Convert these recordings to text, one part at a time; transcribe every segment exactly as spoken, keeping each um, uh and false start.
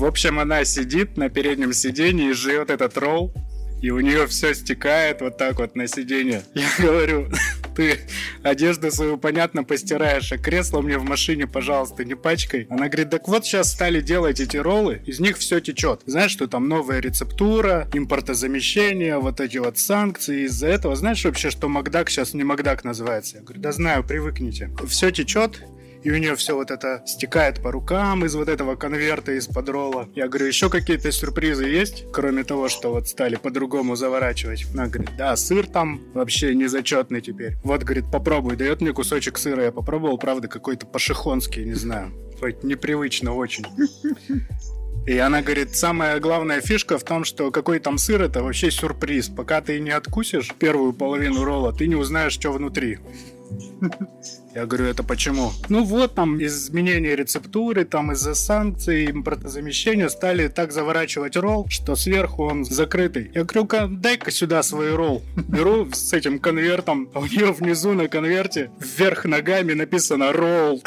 В общем, она сидит на переднем сиденье и жует этот ролл, и у нее все стекает вот так вот на сиденье. Я говорю, ты одежду свою, понятно, постираешь, а кресло мне в машине, пожалуйста, не пачкай. Она говорит, так вот сейчас стали делать эти роллы, из них все течет. Знаешь, что там новая рецептура, импортозамещение, вот эти вот санкции из-за этого. Знаешь вообще, что Макдак сейчас не Макдак называется? Я говорю, да знаю, привыкните. Все течет. И у нее все вот это стекает по рукам из вот этого конверта, из-под ролла. Я говорю, еще какие-то сюрпризы есть? Кроме того, что вот стали по-другому заворачивать. Она говорит, да, сыр там вообще незачетный теперь. Вот, говорит, попробуй. Дает мне кусочек сыра. Я попробовал, правда, какой-то по-шихонский, не знаю. Хоть непривычно очень. И она говорит, самая главная фишка в том, что какой там сыр, это вообще сюрприз. Пока ты не откусишь первую половину ролла, ты не узнаешь, что внутри. Я говорю, это почему? Ну вот, там изменение рецептуры, там из-за санкций, импортозамещения стали так заворачивать ролл, что сверху он закрытый. Я говорю, дай-ка сюда свой ролл. Беру с этим конвертом, а у нее внизу на конверте вверх ногами написано «ролл».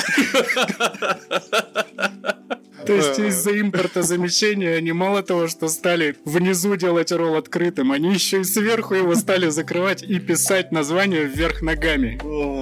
То есть из-за импортозамещения они мало того, что стали внизу делать ролл открытым, они еще и сверху его стали закрывать и писать название вверх ногами.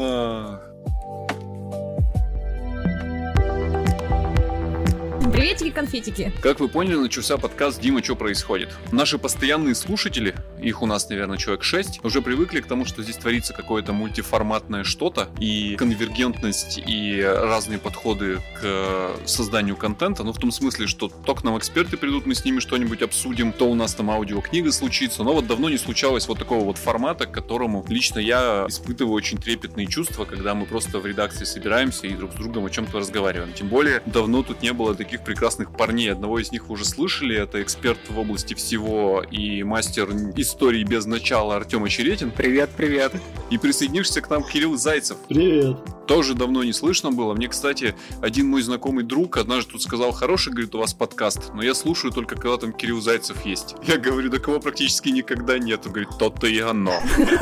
Приветики-конфетики. Как вы поняли, начался подкаст «Дима, что происходит?». Наши постоянные слушатели, их у нас, наверное, человек шесть, уже привыкли к тому, что здесь творится какое-то мультиформатное что-то, и конвергентность, и разные подходы к созданию контента, ну, в том смысле, что то к нам эксперты придут, мы с ними что-нибудь обсудим, то у нас там аудиокнига случится, но вот давно не случалось вот такого вот формата, к которому лично я испытываю очень трепетные чувства, когда мы просто в редакции собираемся и друг с другом о чем-то разговариваем. Тем более, давно тут не было таких прекрасных парней. Одного из них вы уже слышали. Это эксперт в области всего и мастер истории без начала Артем Очеретин. Привет, привет. И присоединишься к нам Кирилл Зайцев. Привет. Тоже давно не слышно было. Мне, кстати, один мой знакомый друг однажды тут сказал, хороший, говорит, у вас подкаст, но я слушаю только, когда там Кирилл Зайцев есть. Я говорю, да кого практически никогда нет. Он говорит, то-то и оно.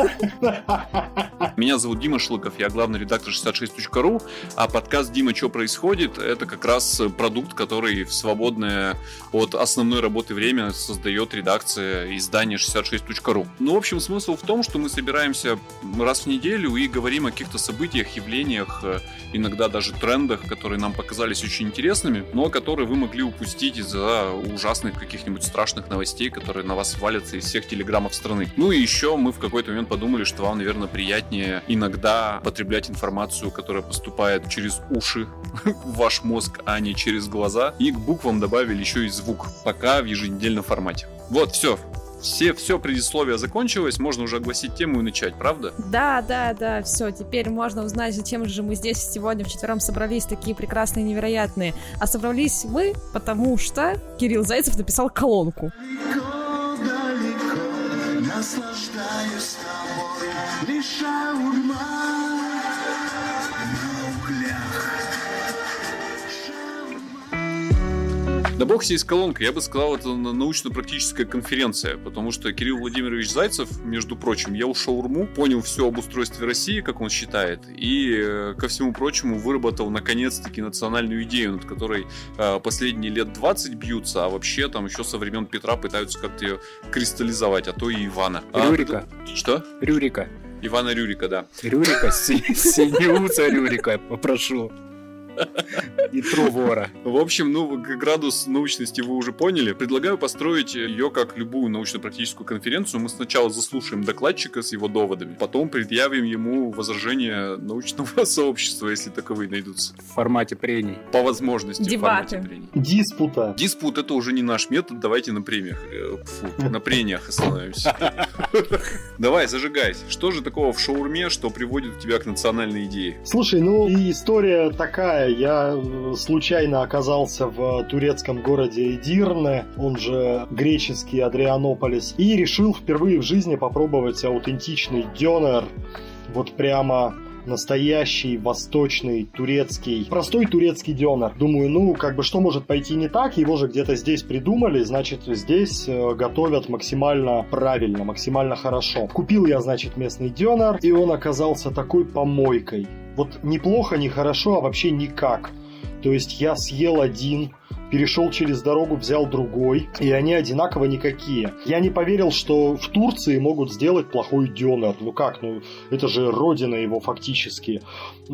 Меня зовут Дима Шлыков, я главный редактор шестьдесят шесть точка ру, а подкаст «Дима, что происходит?» — это как раз продукт, который в свободное от основной работы время создает редакция издания шестьдесят шесть точка ру. Ну, в общем, смысл в том, что мы собираемся раз в неделю и говорим о каких-то событиях, явлениях, иногда даже трендах, которые нам показались очень интересными, но которые вы могли упустить из-за ужасных каких-нибудь страшных новостей, которые на вас валятся из всех телеграммов страны. Ну и еще мы в какой-то момент подумали, что вам, наверное, приятнее иногда потреблять информацию, которая поступает через уши в ваш мозг, а не через глаза. И к буквам добавили еще и звук, пока в еженедельном формате. Вот, все. Все, все предисловие закончилось, можно уже огласить тему и начать, правда? Да, да, да, все, теперь можно узнать, зачем же мы здесь сегодня вчетвером собрались, такие прекрасные, невероятные. А собрались мы, потому что Кирилл Зайцев написал колонку. Далеко, наслаждаюсь тобой, лишь ума на углях. Да бог себе с колонкой, я бы сказал, это научно-практическая конференция, потому что Кирилл Владимирович Зайцев, между прочим, ел шаурму, понял все об устройстве России, как он считает, и, ко всему прочему, выработал наконец-таки национальную идею, над которой последние лет двадцать бьются, а вообще там еще со времен Петра пытаются как-то ее кристаллизовать, а то и Ивана. Рюрика. А, что? Рюрика. Ивана Рюрика, да. Рюрика, синеуца Рюрика, попрошу. И трувора. В общем, ну, градус научности вы уже поняли. Предлагаю построить ее как любую научно-практическую конференцию. Мы сначала заслушаем докладчика с его доводами, потом предъявим ему возражения научного сообщества, если таковые найдутся. В формате прений. По возможности. Дебаты. В формате прений. Диспута. Диспут — это уже не наш метод. Давайте на премиях. Фу, на прениях остановимся. Давай, зажигайся. Что же такого в шаурме, что приводит тебя к национальной идее? Слушай, ну и история такая. Я случайно оказался в турецком городе Эдирне, он же греческий Адрианополис, и решил впервые в жизни попробовать аутентичный дёнер. Вот прямо настоящий, восточный, турецкий, простой турецкий дёнер. Думаю, ну, как бы, что может пойти не так? Его же где-то здесь придумали, значит, здесь готовят максимально правильно, максимально хорошо. Купил я, значит, местный дёнер, и он оказался такой помойкой. Вот неплохо, не хорошо, а вообще никак. То есть я съел один, перешел через дорогу, взял другой, и они одинаково никакие. Я не поверил, что в Турции могут сделать плохой дёнер. Ну как, ну это же родина его фактически.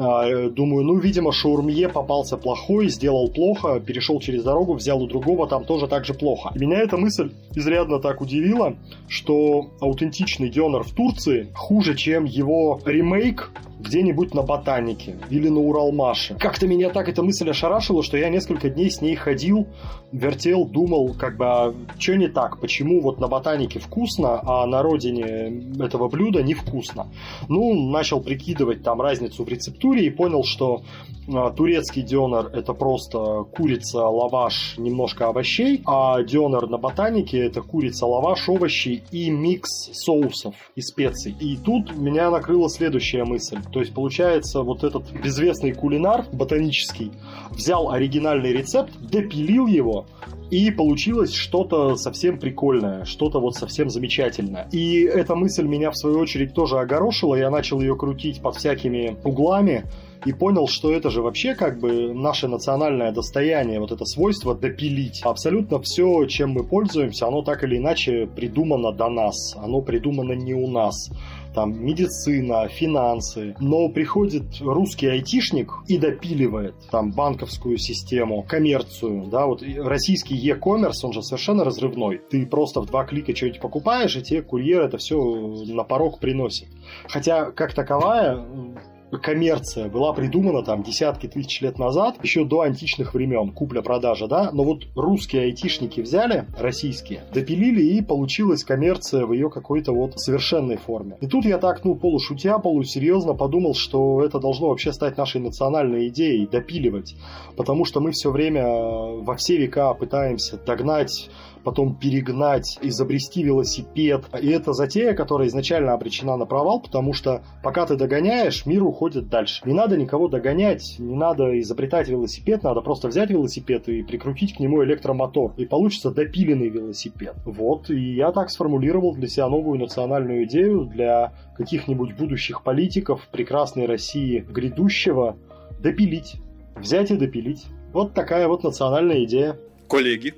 А, думаю, ну видимо шаурмье попался плохой, сделал плохо, перешел через дорогу, взял у другого, там тоже так же плохо. И меня эта мысль изрядно так удивила, что аутентичный дёнер в Турции хуже, чем его ремейк где-нибудь на Ботанике или на Уралмаше. Как-то меня так эта мысль ошарашила, что я несколько дней с ней ходил, вертел, думал, как бы, а что не так? Почему вот на Ботанике вкусно, а на родине этого блюда невкусно? Ну, начал прикидывать там разницу в рецептуре и понял, что а, турецкий дёнер это просто курица, лаваш, немножко овощей, а дёнер на Ботанике это курица, лаваш, овощи и микс соусов и специй. И тут меня накрыла следующая мысль. То есть, получается, вот этот безвестный кулинар ботанический взял оригинальный рецепт, допилил его, и получилось что-то совсем прикольное, что-то вот совсем замечательное. И эта мысль меня, в свою очередь, тоже огорошила. Я начал ее крутить под всякими углами и понял, что это же вообще как бы наше национальное достояние, вот это свойство допилить. Абсолютно все, чем мы пользуемся, оно так или иначе придумано до нас, оно придумано не у нас. Там медицина, финансы. Но приходит русский айтишник и допиливает там банковскую систему, коммерцию, да, вот российский e-commerce, он же совершенно разрывной. Ты просто в два клика что-нибудь покупаешь, и тебе курьер это все на порог приносит. Хотя, как таковая, коммерция была придумана там десятки тысяч лет назад, еще до античных времен, купля-продажа, да, но вот русские айтишники взяли, российские, допилили, и получилась коммерция в ее какой-то вот совершенной форме. И тут я так, ну, полушутя, полусерьезно подумал, что это должно вообще стать нашей национальной идеей, допиливать, потому что мы все время во все века пытаемся догнать, потом перегнать, изобрести велосипед. И это затея, которая изначально обречена на провал, потому что пока ты догоняешь, мир уходит дальше. Не надо никого догонять, не надо изобретать велосипед, надо просто взять велосипед и прикрутить к нему электромотор. И получится допиленный велосипед. Вот, и я так сформулировал для себя новую национальную идею для каких-нибудь будущих политиков прекрасной России грядущего — допилить. Взять и допилить. Вот такая вот национальная идея. Коллеги.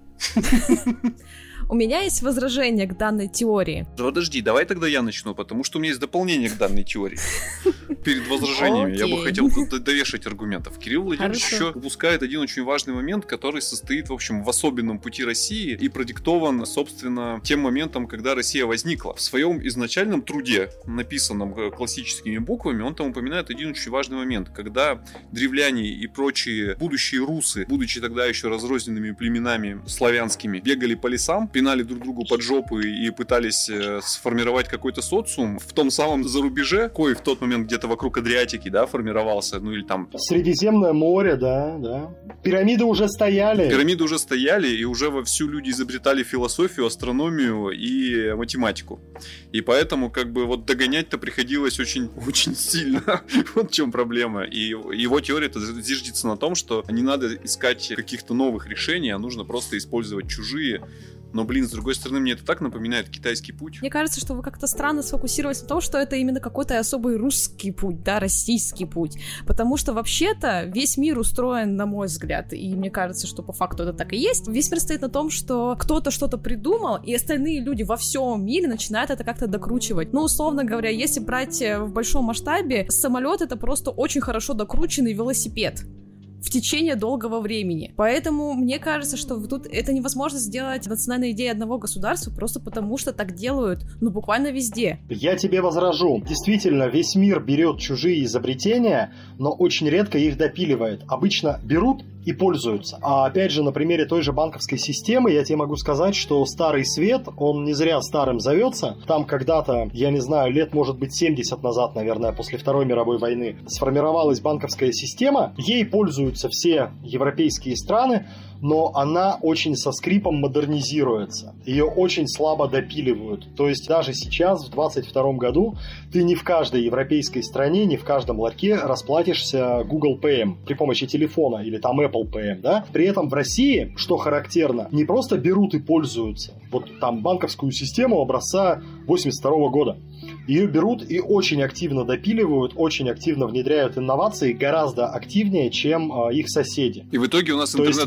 У меня есть возражение к данной теории. Подожди, давай тогда я начну, потому что у меня есть дополнение к данной теории. Перед возражениями я бы хотел довешать аргументов. Кирилл Владимирович еще упускает один очень важный момент, который состоит, в общем, в особенном пути России и продиктован, собственно, тем моментом, когда Россия возникла. В своем изначальном труде, написанном классическими буквами, он там упоминает один очень важный момент, когда древляне и прочие будущие русы, будучи тогда еще разрозненными племенами славянскими, бегали по лесам, пинали друг другу под жопу и пытались э, сформировать какой-то социум в том самом зарубеже, кой в тот момент где-то вокруг Адриатики, да, формировался, ну или там... Средиземное море, да, да. Пирамиды уже стояли. Пирамиды уже стояли, и уже вовсю люди изобретали философию, астрономию и математику. И поэтому, как бы, вот догонять-то приходилось очень, очень сильно. Вот в чем проблема. И его теория-то зиждется на том, что не надо искать каких-то новых решений, а нужно просто использовать чужие. Но, блин, с другой стороны, мне это так напоминает китайский путь. Мне кажется, что вы как-то странно сфокусировались на том, что это именно какой-то особый русский путь, да, российский путь. Потому что вообще-то весь мир устроен, на мой взгляд, и мне кажется, что по факту это так и есть. Весь мир стоит на том, что кто-то что-то придумал, и остальные люди во всем мире начинают это как-то докручивать. Ну, условно говоря, если брать в большом масштабе, самолет — это просто очень хорошо докрученный велосипед в течение долгого времени. Поэтому мне кажется, что тут это невозможно сделать национальной идеей одного государства, просто потому что так делают, ну, буквально везде. Я тебе возражу. Действительно, весь мир берет чужие изобретения, но очень редко их допиливает. Обычно берут и пользуются. А опять же, на примере той же банковской системы я тебе могу сказать, что Старый Свет, он не зря старым зовется. Там когда-то, я не знаю, лет, может быть, семьдесят назад, наверное, после Второй мировой войны, сформировалась банковская система. Ей пользуются все европейские страны, но она очень со скрипом модернизируется. Ее очень слабо допиливают. То есть даже сейчас, в двадцать втором году, ты не в каждой европейской стране, не в каждом ларьке расплатишься Google Pay при помощи телефона или там Apple Pay, да? При этом в России, что характерно, не просто берут и пользуются. Вот там банковскую систему образца восемьдесят второго года. Ее берут и очень активно допиливают, очень активно внедряют инновации, гораздо активнее, чем э, их соседи. И в итоге у нас интернет-банк вот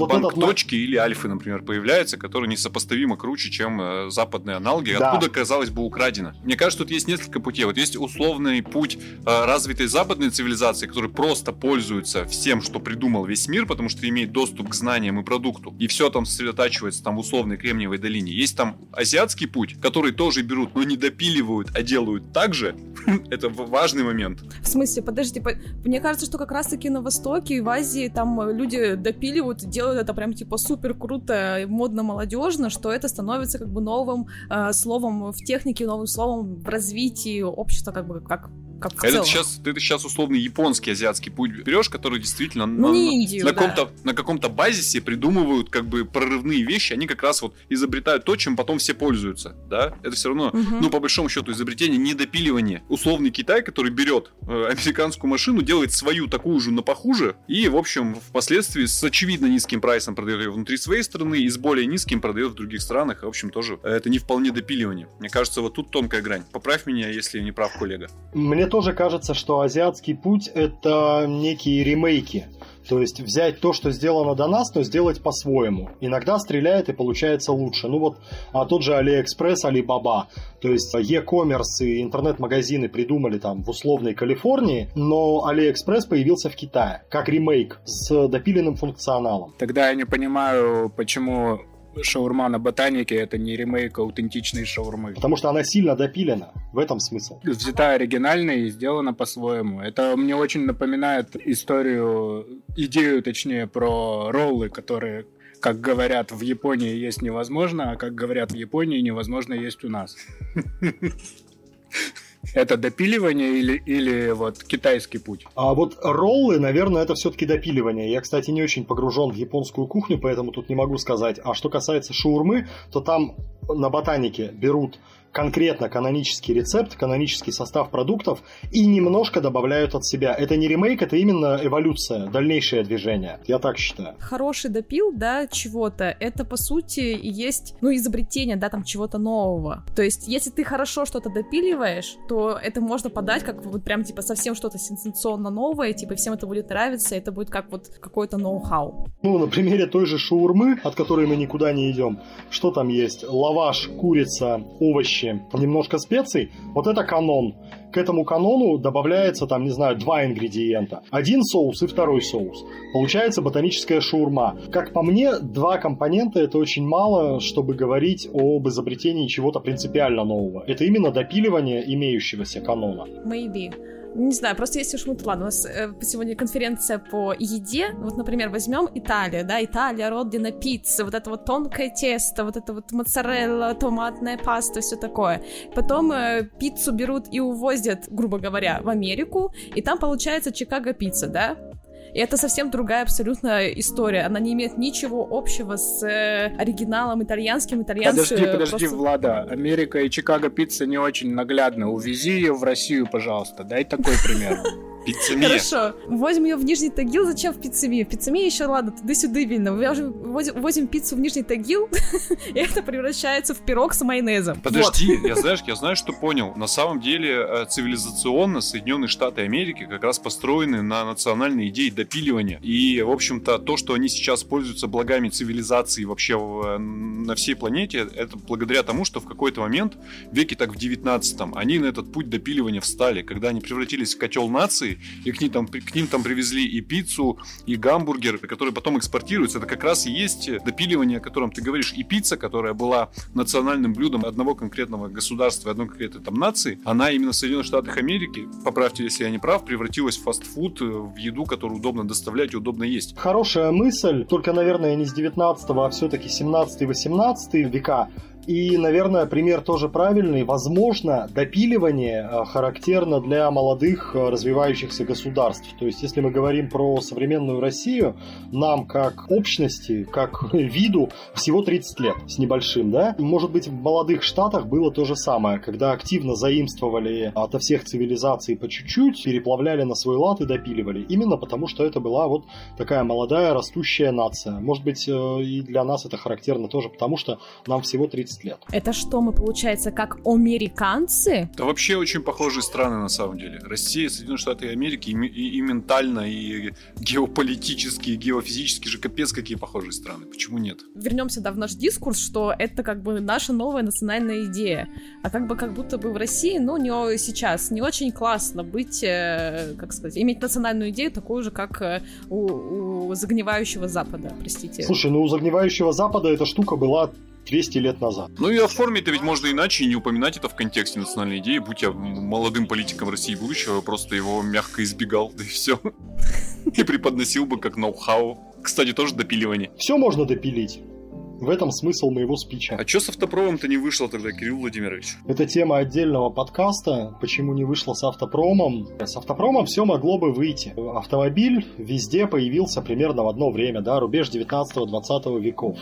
точки или альфы, например, появляются, которые несопоставимо круче, чем э, западные аналоги, Да. откуда, казалось бы, украдено. Мне кажется, тут есть несколько путей. Вот есть условный путь э, развитой западной цивилизации, который просто пользуется всем, что придумал весь мир, потому что имеет доступ к знаниям и продукту, и все там сосредотачивается там в условной Кремниевой долине. Есть там азиатский путь, который тоже берут, но не допиливают, а делают так же. Это важный момент. В смысле, подожди, по- мне кажется, что как раз-таки на Востоке и в Азии там э, люди допиливают, делают это прям типа супер круто, модно-молодежно, что это становится как бы новым э, словом в технике, новым словом в развитии общества, как бы как, как в Это целом. сейчас, ты сейчас условный японский азиатский путь берешь, который действительно Ну, на, не на- Индию, на да. каком-то, на каком-то базисе придумывают как бы прорывные вещи, они как раз вот изобретают то, чем потом все пользуются, да? Это все равно, Мгм. ну, по большому счету, изобретение, не допиливание. Условный Китай, который берет э, американскую машину, делает свою такую же, но похуже, и, в общем, впоследствии с очевидно низким прайсом продает ее внутри своей страны, и с более низким продает в других странах, в общем, тоже э, это не вполне допиливание. Мне кажется, вот тут тонкая грань. Поправь меня, если я не прав, коллега. Мне тоже кажется, что азиатский путь — это некие ремейки. То есть взять то, что сделано до нас, но сделать по-своему. Иногда стреляет и получается лучше. Ну вот а тот же AliExpress, Alibaba. То есть e-commerce и интернет-магазины придумали там в условной Калифорнии, но AliExpress появился в Китае. Как ремейк с допиленным функционалом. Тогда я не понимаю, почему шаурма на Ботанике — это не ремейк аутентичной шаурмы. Потому что она сильно допилена. В этом смысл. Взята оригинально и сделана по-своему. Это мне очень напоминает историю, идею, точнее, про роллы, которые, как говорят, в Японии есть невозможно, а как говорят в Японии, невозможно есть у нас. Это допиливание или, или вот китайский путь? А вот роллы, наверное, это все-таки допиливание. Я, кстати, не очень погружен в японскую кухню, поэтому тут не могу сказать. А что касается шаурмы, то там на Ботанике берут конкретно канонический рецепт, канонический состав продуктов и немножко добавляют от себя. Это не ремейк, это именно эволюция, дальнейшее движение. Я так считаю. Хороший допил, да, чего-то, это, по сути, и есть, ну, изобретение, да, там, чего-то нового. То есть, если ты хорошо что-то допиливаешь, то это можно подать как вот прям, типа, совсем что-то сенсационно новое, типа, всем это будет нравиться, это будет как вот какой-то ноу-хау. Ну, на примере той же шаурмы, от которой мы никуда не идем, что там есть? Лаваш, курица, овощи, немножко специй. Вот это канон. К этому канону добавляется, там, не знаю, два ингредиента. Один соус и второй соус. Получается ботаническая шаурма. Как по мне, два компонента — это очень мало, чтобы говорить об изобретении чего-то принципиально нового. Это именно допиливание имеющегося канона. Maybe. Не знаю, просто если уж мы... Ладно, у нас э, сегодня конференция по еде. Вот, например, возьмем Италию, да, Италия, родина пиццы, вот это вот тонкое тесто, вот это вот моцарелла, томатная паста, все такое. Потом э, пиццу берут и увозят, грубо говоря, в Америку, и там получается Чикаго-пицца, да? И это совсем другая абсолютно история. Она не имеет ничего общего с э, оригиналом итальянским. Итальянцы Подожди, подожди, просто... Влада. Америка и Чикаго пицца не очень наглядно. Увези ее в Россию, пожалуйста. Дай такой пример. Пиццемия. Хорошо, возим ее в Нижний Тагил, зачем в пиццемию? В пиццемии еще, ладно, туда-сюда видно. Возим, возим пиццу в Нижний Тагил, и это превращается в пирог с майонезом. Подожди, вот. я, знаешь, я знаю, что понял. На самом деле, цивилизационно Соединенные Штаты Америки как раз построены на национальной идее допиливания. И, в общем-то, то, что они сейчас пользуются благами цивилизации вообще в, на всей планете, это благодаря тому, что в какой-то момент, веке так в девятнадцатом, они на этот путь допиливания встали, когда они превратились в котел нации, и к ним, там, к ним там привезли и пиццу, и гамбургер, которые потом экспортируются. Это как раз и есть допиливание, о котором ты говоришь. И пицца, которая была национальным блюдом одного конкретного государства, одной конкретной там нации, она именно в Соединенных Штатах Америки, поправьте, если я не прав, превратилась в фастфуд, в еду, которую удобно доставлять и удобно есть. Хорошая мысль, только, наверное, не с девятнадцатого, а все-таки семнадцатый-восемнадцатый века. И, наверное, пример тоже правильный. Возможно, допиливание характерно для молодых развивающихся государств. То есть, если мы говорим про современную Россию, нам как общности, как виду всего тридцать лет с небольшим, да? Может быть, в молодых штатах было то же самое, когда активно заимствовали ото всех цивилизаций по чуть-чуть, переплавляли на свой лад и допиливали. Именно потому, что это была вот такая молодая растущая нация. Может быть, и для нас это характерно тоже, потому что нам всего тридцать семьдесят лет. Это что, мы, получается, как американцы? Да вообще очень похожие страны на самом деле. Россия, Соединенные Штаты Америки и, и, и ментально, и геополитически, и геофизически же капец какие похожие страны. Почему нет? Вернемся, да, в наш дискурс, что это как бы наша новая национальная идея. А как бы как будто бы в России, ну, не сейчас, не очень классно быть, как сказать, иметь национальную идею такую же, как у, у загнивающего Запада, простите. Слушай, ну у загнивающего Запада эта штука была двести лет назад. Ну и оформить-то ведь можно иначе и не упоминать это в контексте национальной идеи. Будь я молодым политиком России будущего, просто его мягко избегал, да и все. И преподносил бы как ноу-хау. Кстати, тоже допиливание. Все можно допилить. В этом смысл моего спича. А чё с автопромом-то не вышло тогда, Кирилл Владимирович? Это тема отдельного подкаста, почему не вышло с автопромом. С автопромом все могло бы выйти. Автомобиль везде появился примерно в одно время, да, рубеж девятнадцатого-двадцатого веков.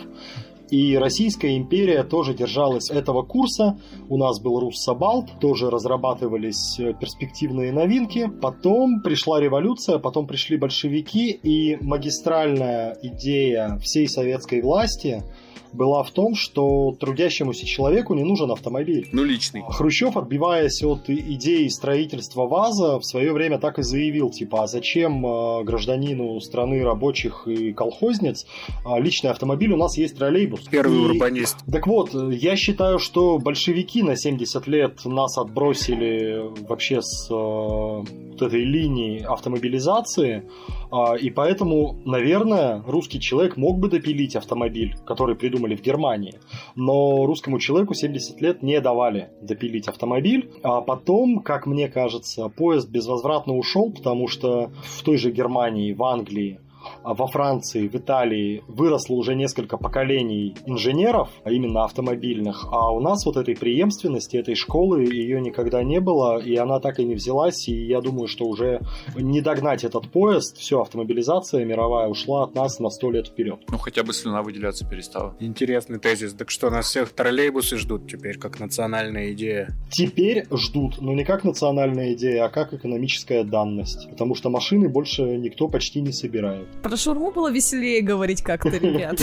И Российская империя тоже держалась этого курса. У нас был Руссобалт, тоже разрабатывались перспективные новинки. Потом пришла революция, потом пришли большевики, и магистральная идея всей советской власти была в том, что трудящемуся человеку не нужен автомобиль. Ну, личный. Хрущев, отбиваясь от идеи строительства ВАЗа, в свое время так и заявил, типа, а зачем э, гражданину страны рабочих и колхозниц э, личный автомобиль, у нас есть троллейбус. Первый и... урбанист. Так вот, я считаю, что большевики на семьдесят лет нас отбросили вообще с э, вот этой линии автомобилизации, э, и поэтому, наверное, русский человек мог бы допилить автомобиль, который придумал в Германии, но русскому человеку семьдесят лет не давали допилить автомобиль, а потом, как мне кажется, поезд безвозвратно ушел, потому что в той же Германии, в Англии, во Франции, в Италии выросло уже несколько поколений инженеров, а именно автомобильных, а у нас вот этой преемственности, этой школы, ее никогда не было, и она так и не взялась, и я думаю, что уже не догнать этот поезд, все, автомобилизация мировая ушла от нас на сто лет вперед. Ну, хотя бы слюна выделяться перестала. Интересный тезис. Так что, нас всех троллейбусы ждут теперь, как национальная идея? Теперь ждут, но не как национальная идея, а как экономическая данность, потому что машины больше никто почти не собирает. Про шаурму было веселее говорить как-то, ребят.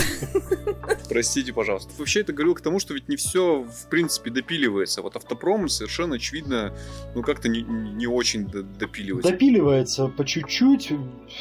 Простите, пожалуйста. Вообще это говорил к тому, что ведь не все, в принципе, допиливается. Вот автопром совершенно очевидно, ну, как-то не, не очень допиливается. Допиливается по чуть-чуть.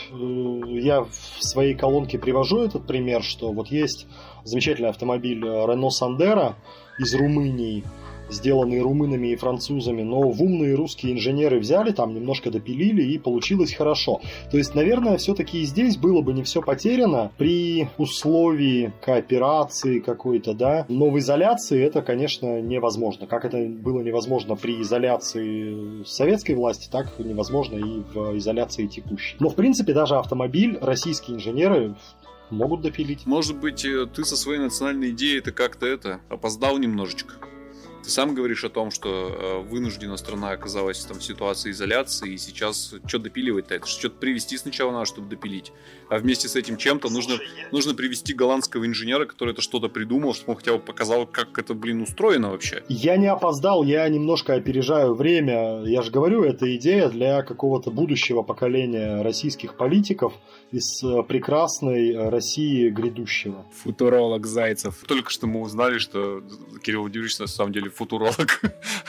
Я в своей колонке привожу этот пример, что вот есть замечательный автомобиль Renault Sandero из Румынии, сделанные румынами и французами, но в умные русские инженеры взяли, там немножко допилили, и получилось хорошо. То есть, наверное, все-таки и здесь было бы не все потеряно при условии кооперации какой-то, да, но в изоляции это, конечно, невозможно. Как это было невозможно при изоляции советской власти, так невозможно и в изоляции текущей. Но, в принципе, даже автомобиль российские инженеры могут допилить. Может быть, ты со своей национальной идеей-то как-то это опоздал немножечко. Ты сам говоришь о том, что э, вынуждена страна оказалась там, в ситуации изоляции, и сейчас что допиливать-то? Это что-то привезти сначала надо, чтобы допилить. А вместе с этим чем-то нужно, нужно привести голландского инженера, который это что-то придумал, чтобы он хотя бы показал, как это, блин, устроено вообще. Я не опоздал, я немножко опережаю время. Я же говорю, это идея для какого-то будущего поколения российских политиков из прекрасной России грядущего. Футуролог Зайцев. Только что мы узнали, что Кирилл Владимирович на самом деле футуролог.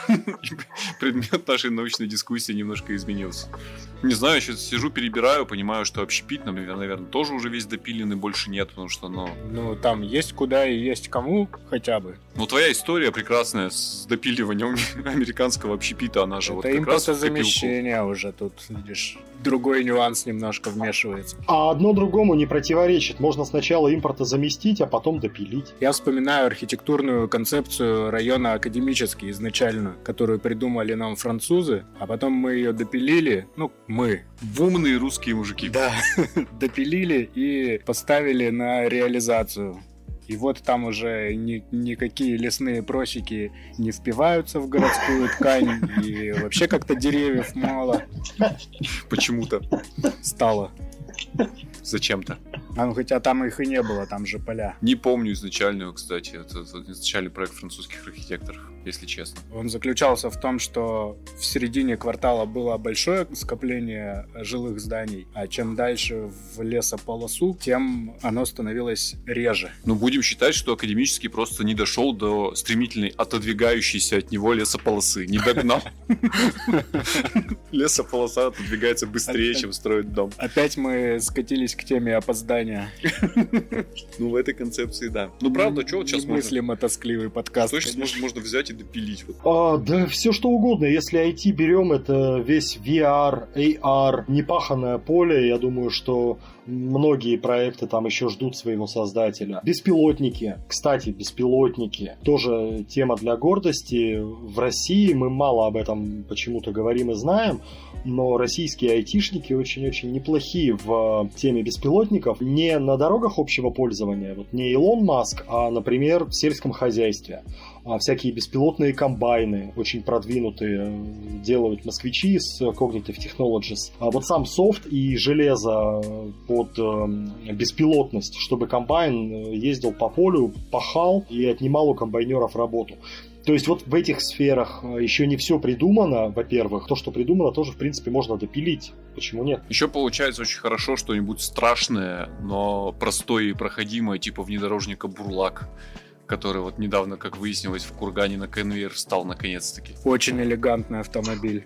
Предмет нашей научной дискуссии немножко изменился. Не знаю, сейчас сижу, перебираю, понимаю, что общепит, наверное, тоже уже весь допиленный, больше нет, потому что, ну... Ну, там есть куда и есть кому хотя бы. Ну, твоя история прекрасная с допиливанием американского общепита, она же это вот как раз в копилку. Это импортозамещение уже тут, видишь, другой нюанс немножко вмешивается. А одно другому не противоречит. Можно сначала импортозаместить, а потом допилить. Я вспоминаю архитектурную концепцию района Академический изначально, которую придумали нам французы, а потом мы ее допилили, ну, мы. Умные русские мужики. Да, допилили и поставили на реализацию. И вот там уже ни, никакие лесные просеки не впиваются в городскую ткань, и вообще как-то деревьев мало. Почему-то стало. Зачем-то. А ну хотя там их и не было, там же поля. Не помню изначальную, кстати, это, это изначальный проект французских архитекторов. если честно. Он заключался в том, что в середине квартала было большое скопление жилых зданий, а чем дальше в лесополосу, тем оно становилось реже. Ну, будем считать, что Академический просто не дошел до стремительной, отодвигающейся от него лесополосы. Не догнал. Лесополоса отодвигается быстрее, чем строить дом. Опять мы скатились к теме опоздания. Ну, в этой концепции, да. Ну, правда, что вот сейчас можно... Мыслимо тоскливый подкаст. Что сейчас можно, можно взять и допилить? Вот. А, да все что угодно. Если ай ти берем, это весь ви ар, эй ар, непаханное поле. Я думаю, что многие проекты там еще ждут своего создателя. Беспилотники. Кстати, беспилотники. Тоже тема для гордости. В России мы мало об этом почему-то говорим и знаем, но российские айтишники очень-очень неплохие в теме беспилотников. Не на дорогах общего пользования, вот не Илон Маск, а, например, в сельском хозяйстве. А всякие беспилотные комбайны, очень продвинутые, делают москвичи с Cognitive Technologies. А вот сам софт и железо под э, беспилотность, чтобы комбайн ездил по полю, пахал и отнимал у комбайнеров работу. То есть вот в этих сферах еще не все придумано, во-первых. То, что придумано, тоже, в принципе, можно допилить. Почему нет? Еще получается очень хорошо что-нибудь страшное, но простое и проходимое, типа внедорожника «Бурлак», который вот недавно, как выяснилось, в Кургане на конвейер встал наконец-таки. Очень элегантный автомобиль.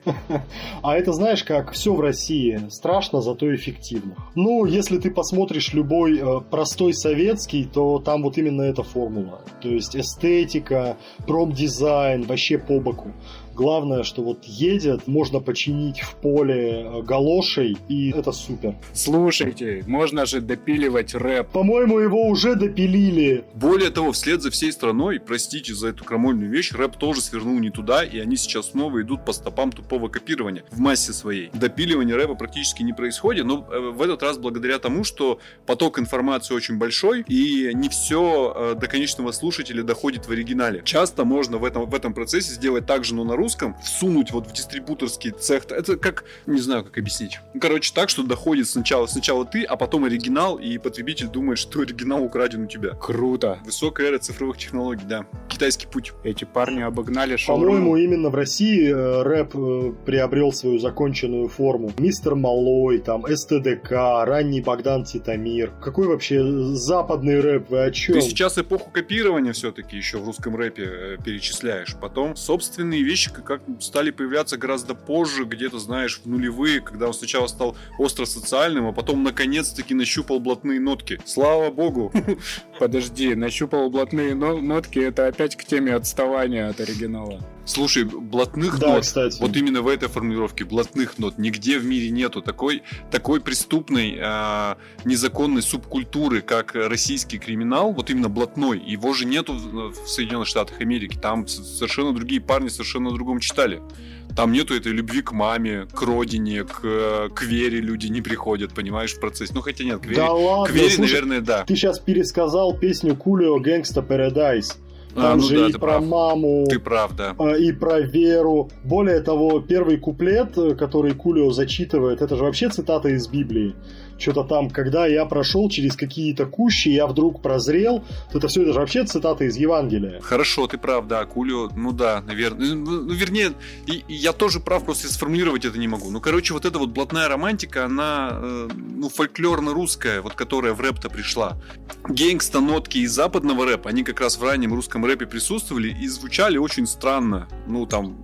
А это, знаешь, как все в России страшно, зато эффективно. Ну, если ты посмотришь любой э, простой советский, то там вот именно эта формула. То есть эстетика, промдизайн, вообще по боку. Главное, что вот едет, можно починить в поле галошей, и это супер. Слушайте, можно же допиливать рэп. По-моему, его уже допилили. Более того, вслед за всей страной, простите за эту крамольную вещь, рэп тоже свернул не туда, и они сейчас снова идут по стопам тупого копирования в массе своей. Допиливание рэпа практически не происходит, но в этот раз благодаря тому, что поток информации очень большой, и не все до конечного слушателя доходит в оригинале. Часто можно в этом, в этом процессе сделать так же, но на русском, всунуть вот в дистрибуторский цех. Это как, не знаю, как объяснить. Ну, короче, так, что доходит сначала, сначала ты, а потом оригинал, и потребитель думает, что оригинал украден у тебя. Круто. Высокая эра цифровых технологий, да. Китайский путь. Эти парни обогнали шоу. По-моему, именно в России э, рэп э, приобрел свою законченную форму. Мистер Малой, там, эс тэ дэ ка, ранний Богдан Титамир. Какой вообще западный рэп? Вы о чем? Ты сейчас эпоху копирования все-таки еще в русском рэпе э, перечисляешь. Потом собственные вещи как стали появляться гораздо позже, где-то, знаешь, в нулевые, когда он сначала стал остро социальным, а потом наконец-таки нащупал блатные нотки. Слава богу. Подожди, нащупал блатные нотки, это опять к теме отставания от оригинала. Слушай, блатных да, нот, кстати. Вот именно в этой формулировке, блатных нот нигде в мире нету. Такой, такой преступной, э, незаконной субкультуры, как российский криминал, вот именно блатной, его же нету в, в Соединенных Штатах Америки. Там совершенно другие парни совершенно другом читали. Там нету этой любви к маме, к родине, к, к вере люди не приходят, понимаешь, в процессе. Ну, хотя нет, к вере, да ладно, к вере слушай, наверное, да. Ты сейчас пересказал песню Кулио «Гэнгста Paradise». Там а, ну же да, и ты про прав. маму, Ты прав, да. и про веру. Более того, первый куплет, который Кулио зачитывает, это же вообще цитата из Библии. Что-то там, когда я прошел через какие-то кущи, я вдруг прозрел, то это все это же вообще цитата из Евангелия. Хорошо, ты прав, да, Кулио, ну да, наверное. Ну, вернее, и, и я тоже прав, просто сформулировать это не могу. Ну, короче, вот эта вот блатная романтика, она, э, ну, фольклорно-русская, вот которая в рэп-то пришла. Гейнгста-нотки из западного рэпа, они как раз в раннем русском рэпе присутствовали и звучали очень странно. Ну, там...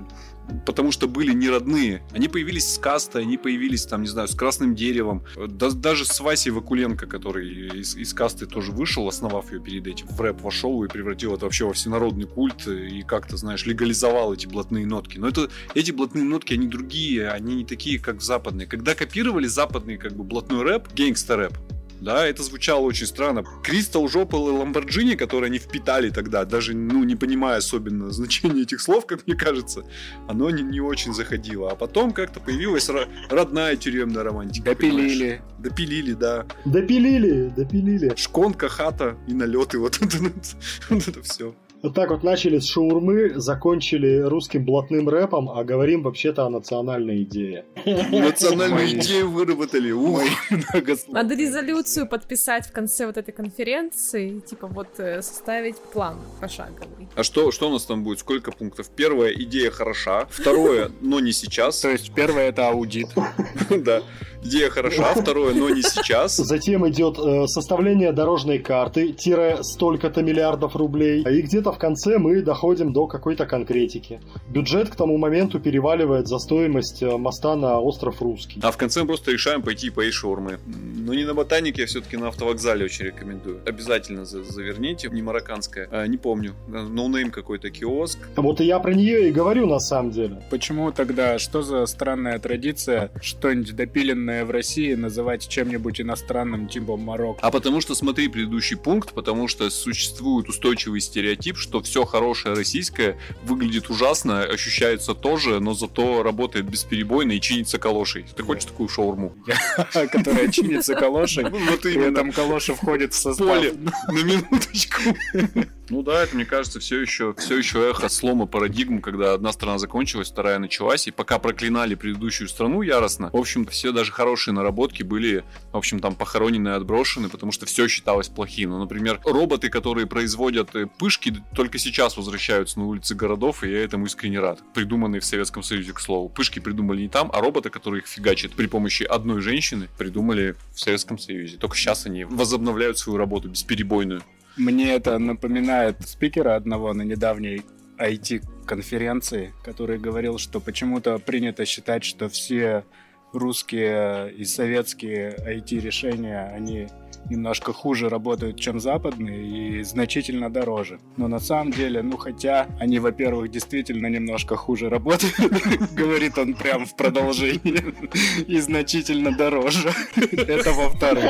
потому что были не родные. Они появились с кастой, они появились, там, не знаю, с красным деревом. Да, даже с Васей Вакуленко, который из, из касты тоже вышел, основав ее перед этим, в рэп вошел и превратил это вообще во всенародный культ и как-то, знаешь, легализовал эти блатные нотки. Но это, эти блатные нотки, они другие, они не такие, как западные. Когда копировали западный, как бы, блатной рэп, гейнгста-рэп, да, это звучало очень странно. Кристал Жопал и Ламборджини, которые они впитали тогда, даже, ну, не понимая особенно значения этих слов, как мне кажется, оно не, не очень заходило. А потом как-то появилась ро- родная тюремная романтика. Допилили. Понимаешь? Допилили, да. Допилили, допилили. Шконка, хата и налеты, вот это, вот это все. Вот так вот начали с шаурмы, закончили русским блатным рэпом, а говорим вообще-то о национальной идее. Национальную идею выработали. Надо резолюцию подписать в конце вот этой конференции, типа вот составить план пошаговый. А что, что у нас там будет? Сколько пунктов? Первая, идея хороша. Второе, но не сейчас. То есть первое это аудит. Да. Идея хороша, второе, но не сейчас. Затем идет э, составление дорожной карты, тире столько-то миллиардов рублей. И где-то в конце мы доходим до какой-то конкретики. Бюджет к тому моменту переваливает за стоимость моста на остров Русский. А в конце мы просто решаем пойти поесть шаурмы. Но не на Ботанике, а все-таки на автовокзале очень рекомендую. Обязательно заверните. Не марокканская, а, не помню. Ноунейм какой-то киоск. Вот и я про нее и говорю на самом деле. Почему тогда, что за странная традиция, что-нибудь допиленное в России называть чем-нибудь иностранным, типа Марокко? А потому что, смотри, предыдущий пункт, потому что существует устойчивый стереотип, что все хорошее российское выглядит ужасно, ощущается тоже, но зато работает бесперебойно и чинится калошей. Ты хочешь такую шаурму? Которая чинится калошей, при этом калоша входит в состав. Поле, на минуточку. Ну да, это, мне кажется, все еще, все еще эхо слома парадигм, когда одна страна закончилась, вторая началась, и пока проклинали предыдущую страну яростно, в общем-то, все даже хорошие наработки были, в общем, там, похоронены и отброшены, потому что все считалось плохим. Ну, например, роботы, которые производят пышки, только сейчас возвращаются на улицы городов, и я этому искренне рад. Придуманные в Советском Союзе, к слову. Пышки придумали не там, а роботы, которые их фигачат при помощи одной женщины, придумали в Советском Союзе. Только сейчас они возобновляют свою работу бесперебойную. Мне это напоминает спикера одного на недавней ай ти-конференции, который говорил, что почему-то принято считать, что все русские и советские ай ти-решения, они немножко хуже работают, чем западные, и значительно дороже. Но на самом деле, ну хотя они, во-первых, действительно немножко хуже работают, говорит он прям в продолжении, и значительно дороже. Это во-вторых.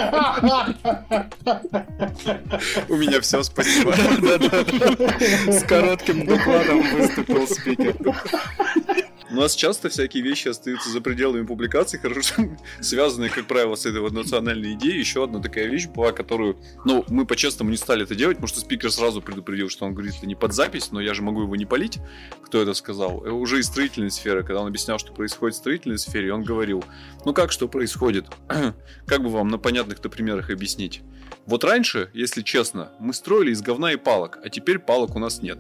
У меня все, спасибо. С коротким докладом выступил спикер. У нас часто всякие вещи остаются за пределами публикаций, хорошо связанные, как правило, с этой вот национальной идеей. Еще одна такая вещь была, которую, ну, мы по-честному не стали это делать, потому что спикер сразу предупредил, что он говорит, это не под запись, но я же могу его не палить. Кто это сказал? Уже из строительной сферы, когда он объяснял, что происходит в строительной сфере, он говорил, ну как, что происходит? Как бы вам на понятных-то примерах объяснить? Вот раньше, если честно, мы строили из говна и палок, а теперь палок у нас нет.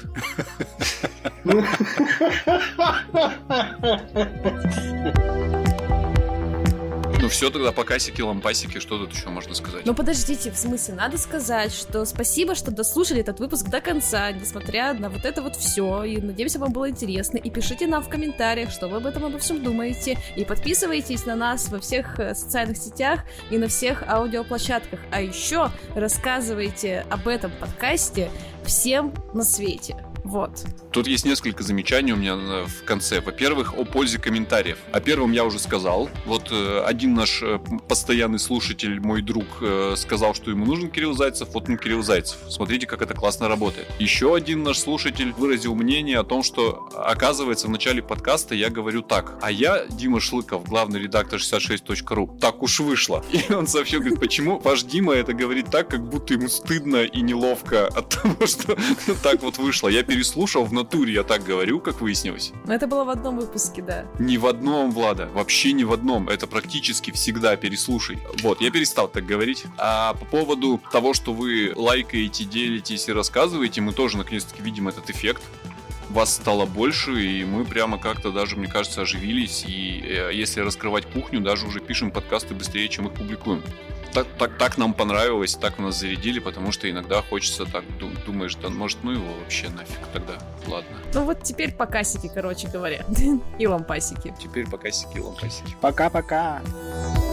Ну все, тогда покасики, лампасики, что тут еще можно сказать? Ну подождите, в смысле, надо сказать, что спасибо, что дослушали этот выпуск до конца, несмотря на вот это вот все, и надеемся, вам было интересно, и пишите нам в комментариях, что вы об этом обо всем думаете, и подписывайтесь на нас во всех социальных сетях и на всех аудиоплощадках, а еще рассказывайте об этом подкасте всем на свете. Вот. Тут есть несколько замечаний у меня в конце. Во-первых, о пользе комментариев. О первом я уже сказал. Вот э, один наш э, постоянный слушатель, мой друг, э, сказал, что ему нужен Кирилл Зайцев. Вот он Кирилл Зайцев. Смотрите, как это классно работает. Еще один наш слушатель выразил мнение о том, что, оказывается, в начале подкаста я говорю так. А я, Дима Шлыков, главный редактор шестьдесят шесть точка ру. Так уж вышло. И он сообщил, говорит, почему ваш Дима это говорит так, как будто ему стыдно и неловко от того, что так вот вышло. Я переслушал, в натуре я так говорю, как выяснилось. Но это было в одном выпуске, да. Не в одном, Влада, вообще не в одном. Это практически всегда переслушай. Вот, я перестал так говорить. А по поводу того, что вы лайкаете, делитесь и рассказываете, мы тоже наконец-таки видим этот эффект. Вас стало больше, и мы прямо как-то даже, мне кажется, оживились. И э, если раскрывать кухню, даже уже пишем подкасты быстрее, чем их публикуем. Так, так, так нам понравилось, так нас зарядили, потому что иногда хочется так, думаешь, да может ну его вообще нафиг тогда, ладно. Ну вот теперь покасики, короче говоря, и лампасики. Теперь покасики и лампасики. Пока-пока.